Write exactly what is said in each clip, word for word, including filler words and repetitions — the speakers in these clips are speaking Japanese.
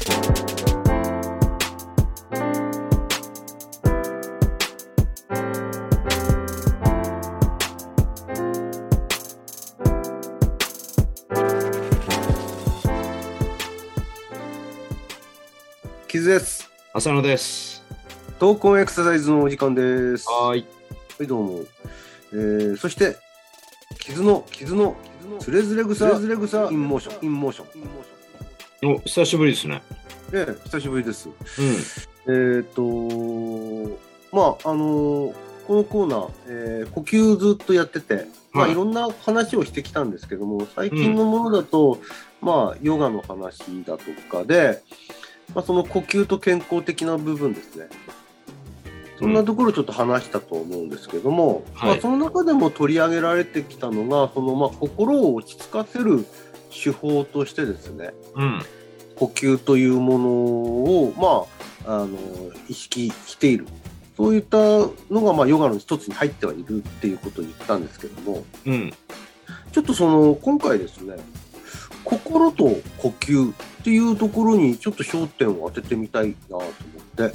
キズです。 浅野です。 闘魂エクササイズのお時間です。 はい。 はい、どうも。えー、そして、傷の、傷の、つれずれ草、つれずれ草、インモーション、インモーション。お、久しぶりですね。 ええ、久しぶりです。 うん、 えっ、ー、と、まあ、あのー、このコーナー、えー、呼吸ずっとやってて、はい、まあ、いろんな話をしてきたんですけども、最近のものだと、うん、まあ、ヨガの話だとかで、まあ、その呼吸と健康的な部分ですね。そんなところちょっと話したと思うんですけども、うん、まあ、その中でも取り上げられてきたのが、そのまあ心を落ち着かせる手法としてですね、 うん、 呼吸というものを、まあ、あの意識している。そういったのがまあヨガの一つに入ってはいるっていうことを言ったんですけども、 うん、ちょっとその今回ですね、心と呼吸っていうところにちょっと焦点を当ててみたいなと思って、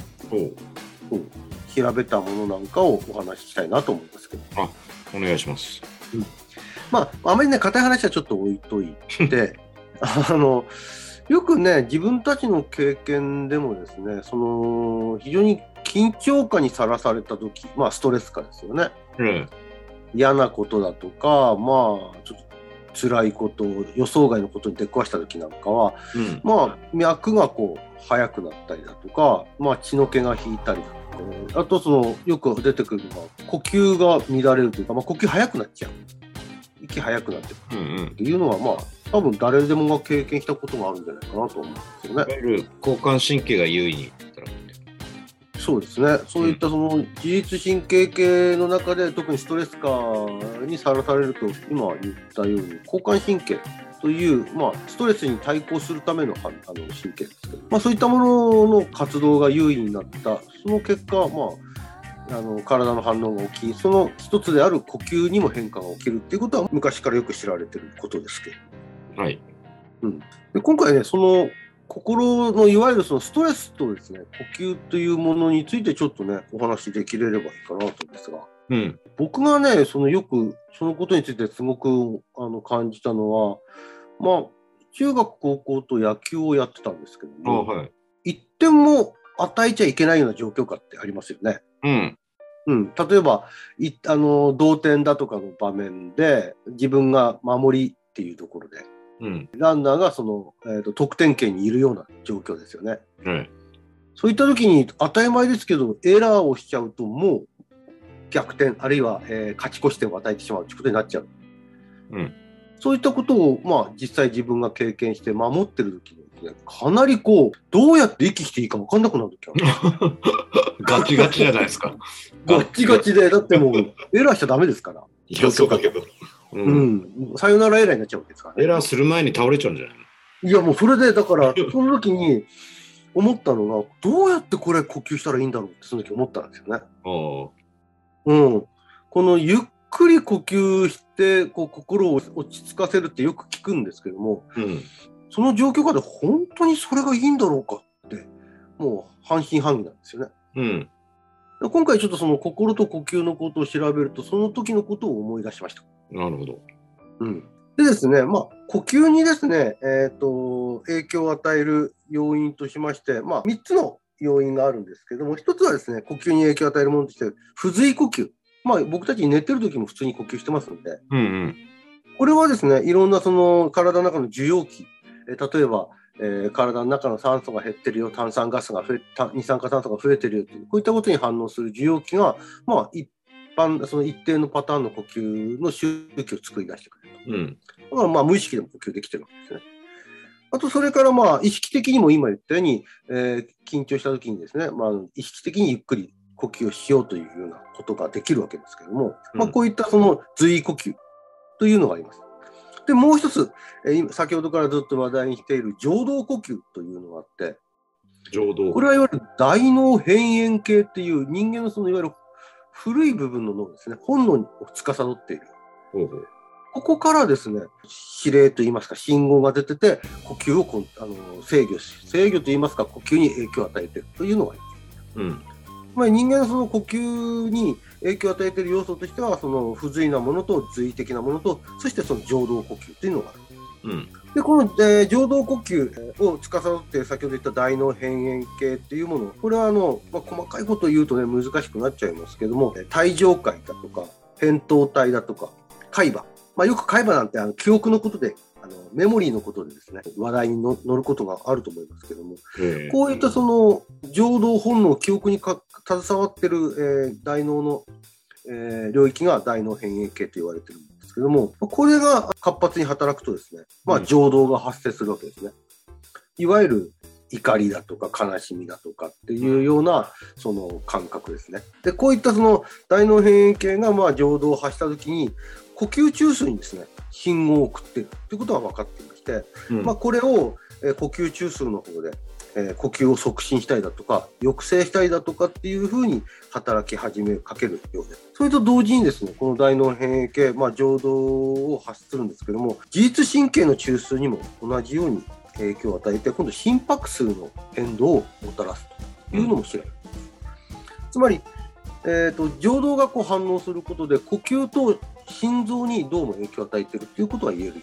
うん、調べたものなんかをお話ししたいなと思いますけど。 あ、お願いします。 うん、まああまりね硬い話はちょっと置いといてあのよくね自分たちの経験でもですね、その非常に緊張感にさらされた時、まあストレス感ですよね、 うん、 嫌なことだとか、まあちょっと辛いこと、予想外のことに出くわした時なんかは、うん、まあ脈がこう速くなったりだとか、まあ血の気が引いたりだとか、あとそのよく出てくるのが呼吸が乱れるというか、まあ、呼吸速くなっちゃう、息速くなってくるっていうのは、まあ多分誰でもが経験したことがあるんじゃないかなと思うんですよね。 いわゆる交感神経が優位にそうですね。そういったその自律神経系の中で特にストレス化にさらされると、今言ったように交感神経という、まあ、ストレスに対抗するための、あの神経ですけど、まあ、そういったものの活動が優位になった、その結果、まあ、あの体の反応が起き、その一つである呼吸にも変化が起きるっていうことは昔からよく知られていることですけど、 はい、 うん、で今回ね、その心のいわゆるそのストレスとですね、呼吸というものについてちょっとねお話できれればいいかなと思うんですが、 うん、僕がねそのよくそのことについてすごくあの感じたのは、まあ中学高校と野球をやってたんですけども、 はい、 いってんも与えちゃいけないような状況下ってありますよね。 うんうん、例えばいあの同点だとかの場面で自分が守りっていうところで、うん、ランナーがその、えーと、得点圏にいるような状況ですよね。 うん、 そういった時に当たり前ですけどエラーをしちゃうともう逆転あるいは、えー、勝ち越し点を与えてしまうということになっちゃう、うん、そういったことを、まあ、実際自分が経験して守ってる時に、ね、かなりこうどうやって息していいか分かんなくなる時あるガチガチじゃないですかガチガチで、だってもうエラーしちゃダメですから。 いやそうだけど、 うんうん、さよならエラーになっちゃうわけですからね。 エラーする前に倒れちゃうんじゃないの？ いやもうそれでだからその時に思ったのがどうやってこれ呼吸したらいいんだろうってその時思ったんですよね。うん、このゆっくり呼吸してこう心を落ち着かせるってよく聞くんですけども、うん、その状況下で本当にそれがいいんだろうかってもう半信半疑なんですよね。うん、今回ちょっとその心と呼吸のことを調べるとその時のことを思い出しました。 なるほど。 うん、でですね、まあ、呼吸にですね、えーと、影響を与える要因としまして、まあ、みっつの要因があるんですけども、ひとつはですね、呼吸に影響を与えるものとして、不随呼吸。まあ、僕たち寝てる時も普通に呼吸してますので、うんうん、これはですね、いろんなその体の中の受容器、えー、例えば、えー、体の中の酸素が減ってるよ、炭酸ガスが増え、二酸化炭素が増えてるよという、こういったことに反応する受容器が、まあ、一般、その一定のパターンの呼吸の周期を作り出してくれると。うん、だからまあ無意識でも呼吸できてるわけですね。あとそれからまあ意識的にも今言ったように、えー、緊張した時にですね、まあ、意識的にゆっくり呼吸をしようというようなことができるわけですけども、うん、まあ、こういったその随呼吸というのがあります。でもう一つ、えー、先ほどからずっと話題にしている情動呼吸というのがあって、 情動、 これはいわゆる大脳辺縁系っていう人間のそのいわゆる古い部分の脳ですね、本能を司っている。ほうほうここからですね、指令といいますか信号が出てて、呼吸をこんあの制御し、制御といいますか呼吸に影響を与えているというのがあります。 うん。 つまり人間のその呼吸に影響を与えている要素としては、その不随なものと随意的なものと、そしてその情動呼吸というのがある。 うん。 でこの、えー、情動呼吸を司って先ほど言った大脳辺縁系っていうもの、これはあの、まあ、細かいことを言うとね難しくなっちゃいますけども、帯状界だとか扁桃体だとか海馬、まあ、よく海馬なんてあの記憶のことで、あのメモリーのことでですね話題にの乗ることがあると思いますけども、こういったその情動本能記憶にか携わってる、えー、大脳の、えー、領域が大脳辺縁系と言われてるんですけども、これが活発に働くとですね、まあ、情動が発生するわけですね。いわゆる怒りだとか悲しみだとかっていうようなその感覚ですね。でこういったその大脳辺縁系がまあ情動を発したときに呼吸中枢にですね信号を送っているということが分かっていまして、うん、まあ、これを、えー、呼吸中枢の方で、えー、呼吸を促進したいだとか抑制したいだとかっていうふうに働き始めかけるようです。それと同時にですねこの大脳辺縁系、まあ、情動を発するんですけども、自律神経の中枢にも同じように影響を与えて、今度心拍数の変動をもたらすというのも知られます。うん、つまり、えーと、情動がこう反応することで呼吸と心臓にどうも影響を与えているということが言えるんです。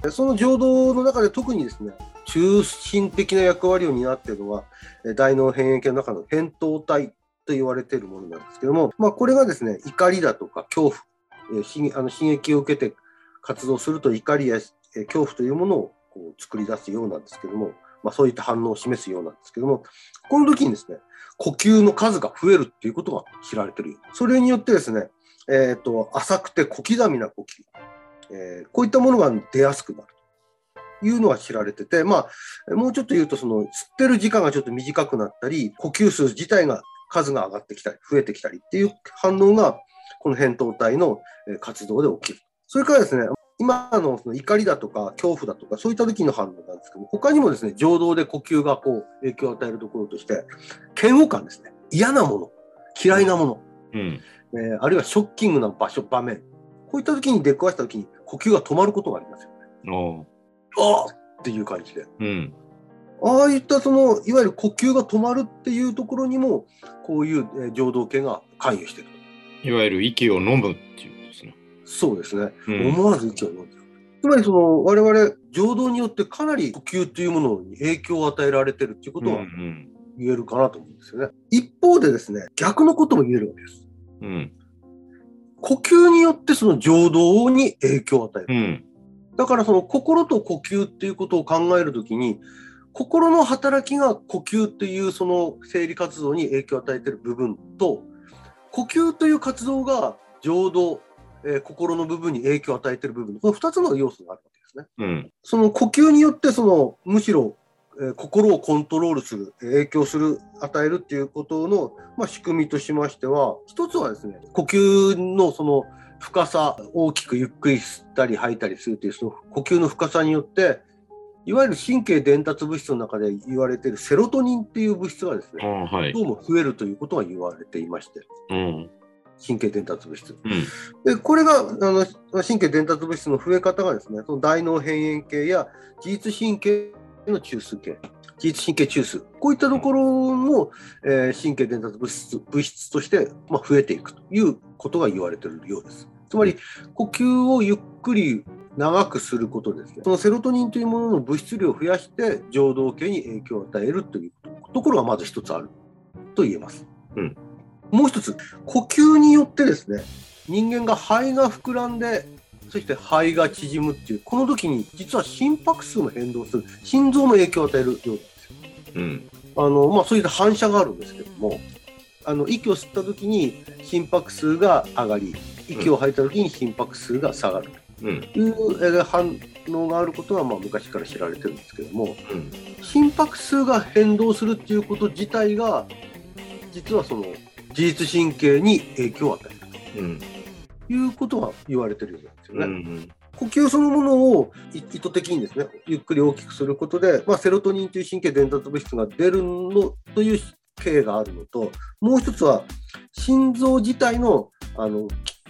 その情動の中で特にですね中心的な役割を担っているのは大脳辺縁系の中の扁桃体と言われているものなんですけども、まあ、これがですね怒りだとか恐怖、えー、あの刺激を受けて活動すると怒りや恐怖というものをこう作り出すようなんですけども、まあ、そういった反応を示すようなんですけども、この時にですね呼吸の数が増えるっていうことが知られている。それによってですね、えーと、浅くて小刻みな呼吸、えー、こういったものが出やすくなるというのが知られてて、まあ、もうちょっと言うとその吸ってる時間がちょっと短くなったり呼吸数自体が数が上がってきたり増えてきたりっていう反応がこの扁桃体の活動で起きる。それからですね今のその怒りだとか恐怖だとかそういった時の反応なんですけども、他にもですね情動で呼吸がこう影響を与えるところとして嫌悪感ですね、嫌なもの嫌いなもの、うん、えー、あるいはショッキングな場所場面、こういった時に出くわした時に呼吸が止まることがありますよね。ああっていう感じで、うん、ああいったそのいわゆる呼吸が止まるっていうところにもこういう、えー、情動系が関与している。 いわゆる息を飲むっていうことですね。 そうですね、うん、思わず息を飲んでる。つまりその我々情動によってかなり呼吸というものに影響を与えられているということは言えるかなと思うんですよね。うんうん、一方でですね逆のことも言えるわけです。うん、呼吸によってその情動に影響を与える。うん、だからその心と呼吸っていうことを考えるときに心の働きが呼吸っていうその生理活動に影響を与えている部分と呼吸という活動が情動、えー、心の部分に影響を与えている部分、このふたつの要素があるわけですね。うん、その呼吸によってそのむしろ、えー、心をコントロールする、影響する、与えるっていうことの、まあ、仕組みとしましては、一つはですね、呼吸のその深さ、大きくゆっくり吸ったり吐いたりするというその呼吸の深さによって、いわゆる神経伝達物質の中で言われているセロトニンっていう物質がですね、はい、どうも増えるということが言われていまして、うん、神経伝達物質、うん、でこれがあの神経伝達物質の増え方がですね、その大脳辺縁系や自律神経の中枢系、自律神経中枢、こういったところの、えー、神経伝達物質、物質として、まあ、増えていくということが言われているようです。つまり呼吸をゆっくり長くすることですね、そのセロトニンというものの物質量を増やして情動系に影響を与えるというところがまず一つあると言えます。うん、もう一つ、呼吸によってですね、人間が肺が膨らんで、そして肺が縮むっていう、この時に実は心拍数の変動する、心臓の影響を与えるようなんですよ。うん、あのまあ、そういった反射があるんですけども、あの息を吸った時に心拍数が上がり、息を吐いた時に心拍数が下がるという反応があることはまあ昔から知られてるんですけども、うん、心拍数が変動するっていうこと自体が実はその自律神経に影響を与えると、うん、いうことが言われてるようなんですよね。うんうん、呼吸そのものを意図的にですね、ゆっくり大きくすることで、まあ、セロトニンという神経伝達物質が出るのという経緯があるのと、もう一つは心臓自体の、あの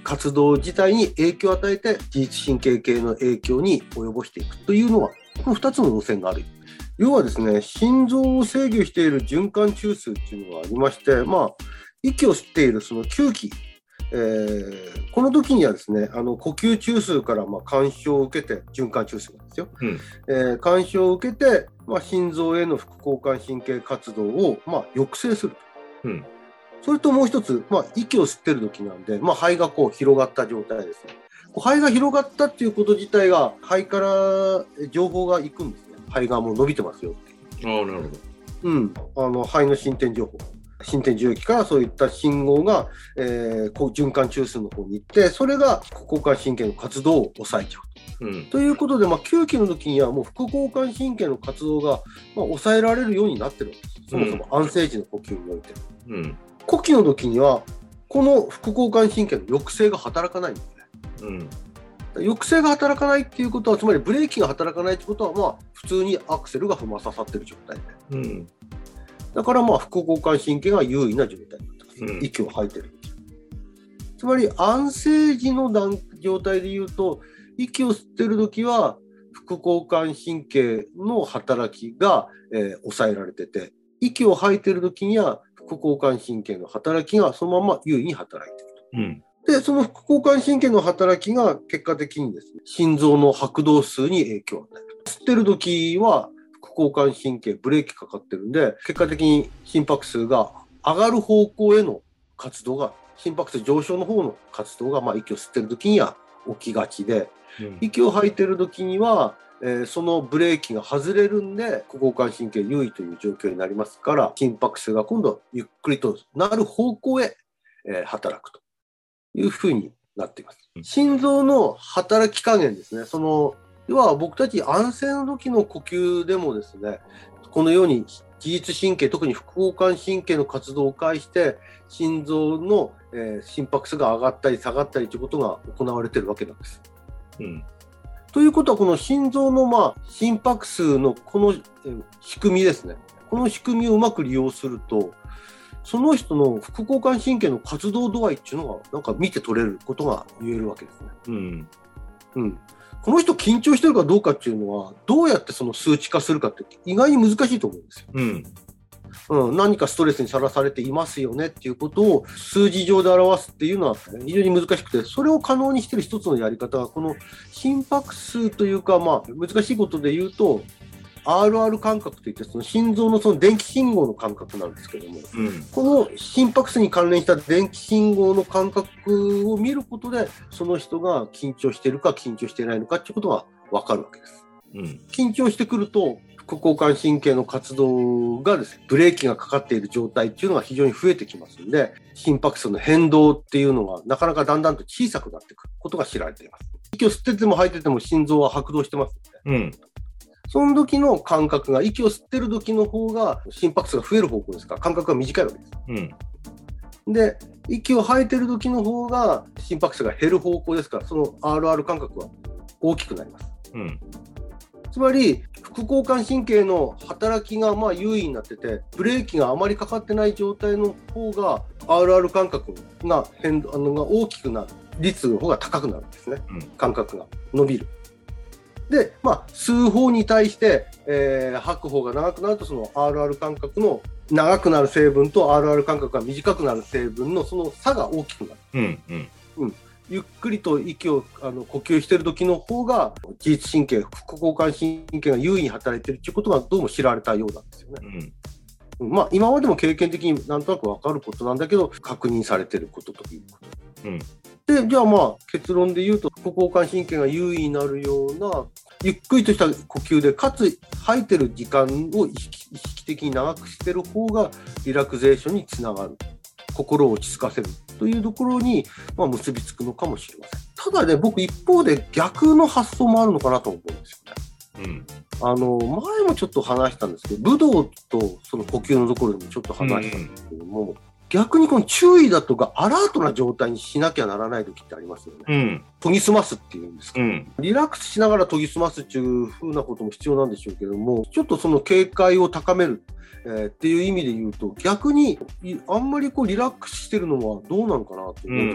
活動自体に影響を与えて自律神経系の影響に及ぼしていくというのは、このふたつの路線がある。要はですね、心臓を制御している循環中枢っていうのがありまして、まあ、息を吸っているその吸気、えー、この時にはですね、あの呼吸中枢からまあ干渉を受けて、循環中枢なんですよ、うんえー、干渉を受けて、まあ、心臓への副交感神経活動をまあ抑制すると、うん、それともう一つ、まあ、息を吸ってる時なんで、まあ、肺がこう広がった状態ですね。肺が広がったっていうこと自体が肺から情報が行くんですね。肺がもう伸びてますよって。 ああ、なるほど。 うん、あの肺の進展情報、進展受容器からそういった信号が、えー、こう循環中枢の方に行って、それが副交感神経の活動を抑えちゃうと。うん、ということで、まあ、吸気の時にはもう副交感神経の活動が、まあ、抑えられるようになってるわけです。そもそも安静時の呼吸において。うん、呼気の時にはこの副交感神経の抑制が働かないんですね。うん、抑制が働かないっていうことは、つまりブレーキが働かないってことは、まあ普通にアクセルが踏ま刺さってる状態で、うん、だからまあ副交感神経が優位な状態になってます、うん、息を吐いてる時。つまり安静時の状態でいうと、息を吸ってる時は副交感神経の働きが、えー、抑えられてて、息を吐いてる時には副交感神経の働きがそのまま優位に働いていると、うん、でその副交感神経の働きが結果的にですね、心臓の拍動数に影響を与える。吸ってる時は副交感神経ブレーキかかってるんで、結果的に心拍数が上がる方向への活動が、心拍数上昇の方の活動が、まあ、息を吸ってる時には起きがちで、うん、息を吐いてる時にはえー、そのブレーキが外れるんで副交感神経優位という状況になりますから、心拍数が今度ゆっくりとなる方向へ、えー、働くというふうになっています。心臓の働き加減ですね。その要は僕たち安静の時の呼吸でもですね、このように自律神経、特に副交感神経の活動を介して心臓の、えー、心拍数が上がったり下がったりということが行われているわけなんです。うんということは、この心臓のまあ心拍数のこの仕組みですね。この仕組みをうまく利用すると、その人の副交感神経の活動度合いっていうのがなんか見て取れることが言えるわけですね。うんうん、この人緊張してるかどうかっていうのは、どうやってその数値化するかって意外に難しいと思うんですよ。うんうん、何かストレスにさらされていますよねっていうことを数字上で表すっていうのは非常に難しくて、それを可能にしている一つのやり方がこの心拍数というか、まあ難しいことで言うと アールアール 感覚といって、その心臓のその電気信号の感覚なんですけども、うん、この心拍数に関連した電気信号の感覚を見ることで、その人が緊張しているか緊張していないのかっていうことが分かるわけです。うん、緊張してくると副交感神経の活動がですね、ブレーキがかかっている状態っていうのが非常に増えてきますので、心拍数の変動っていうのがなかなかだんだんと小さくなってくることが知られています。息を吸ってても吐いてても心臓は拍動してますので、うん、その時の感覚が、息を吸ってる時の方が心拍数が増える方向ですから、間隔が短いわけです。うん、で、息を吐いてる時の方が心拍数が減る方向ですから、その アールアール 感覚は大きくなります。うん、つまり副交感神経の働きがまあ優位になってて、ブレーキがあまりかかってない状態の方が アールアール 感覚が変動あのが大きくなる、率の方が高くなるんですね。うん、感覚が伸びる。で、まあ、吸う方に対して、えー、吐く方が長くなると、その アールアール 感覚の長くなる成分と アールアール 感覚が短くなる成分のその差が大きくなる。うんうんうん、ゆっくりと息をあの呼吸している時の方が自律神経、副交感神経が優位に働いているということがどうも知られたようなんですよね。うん、まあ、今までも経験的になんとなく分かることなんだけど、確認されていることということ。うんで、じゃあまあ結論で言うと、副交感神経が優位になるようなゆっくりとした呼吸で、かつ吐いてる時間を意識、意識的に長くしてる方がリラクゼーションにつながる、心を落ち着かせるというところに、まあ、結びつくのかもしれません。ただね、僕一方で逆の発想もあるのかなと思うんですよね。うん、あの前もちょっと話したんですけど、武道とその呼吸のところでもちょっと話したんですけども、うん、逆にこの注意だとかアラートな状態にしなきゃならない時ってありますよね。うん、研ぎ澄ますっていうんですか、うん、リラックスしながら研ぎ澄ますっていう風なことも必要なんでしょうけども、ちょっとその警戒を高める、えー、っていう意味で言うと、逆にあんまりこうリラックスしてるのはどうなのかなと思うんですよ。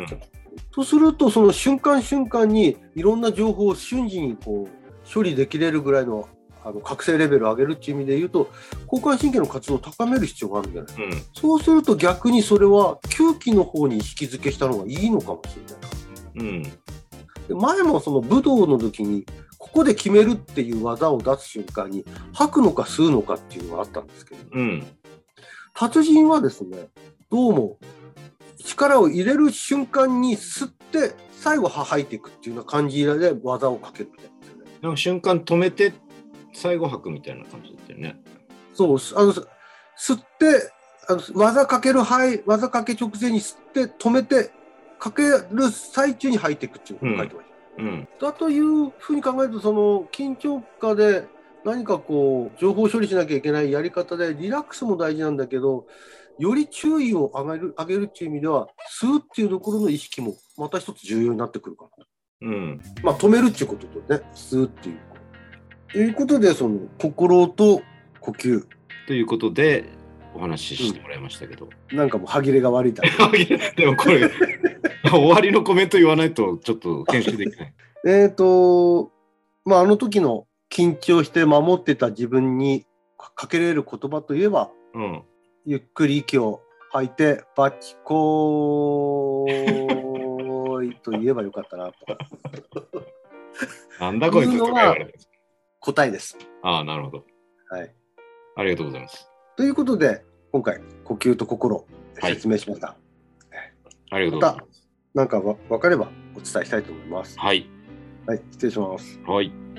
とすると、その瞬間瞬間にいろんな情報を瞬時にこう処理できれるぐらいの、あの覚醒レベルを上げるっていう意味で言うと、交感神経の活動を高める必要があるんじゃないですか。うん、そうすると逆にそれは吸気の方に意識づけしたのがいいのかもしれない。うん、で前もその武道の時にここで決めるっていう技を出す瞬間に吐くのか吸うのかっていうのがあったんですけど、うん、達人はですね、どうも力を入れる瞬間に吸って最後吐いていくっていうような感じで技をかけるみたいですよね。 なんか瞬間止めて最後吐くみたいな感じだったよね。 そう、あの吸ってあの技かける吐技かけ直前に吸って止めてかける最中に吐いていくっていうのを書いてました。うんうん、だというふうに考えると、その緊張下で何かこう情報処理しなきゃいけないやり方でリラックスも大事なんだけど、より注意を上げる上げるっていう意味では吸うっていうところの意識もまた一つ重要になってくるかな。うん、まあ止めるっていうこととね、吸うっていうということで、その心と呼吸ということでお話ししてもらいましたけど、 うん、なんかもう歯切れが悪いだでもこれ終わりのコメント言わないとちょっと編集できない。 えっとまああの時の緊張して守ってた自分にかけれる言葉といえば、うん、ゆっくり息を吐いてバチコーイと言えばよかったなと。 なんだこいつとか言われる。 答えです。 ああ、なるほど。 はい。 ありがとうございます。 ということで今回呼吸と心説明しました。はい、 ありがとうございます。 また何かわ分かればお伝えしたいと思います。 はい。 はい、失礼します。 はい。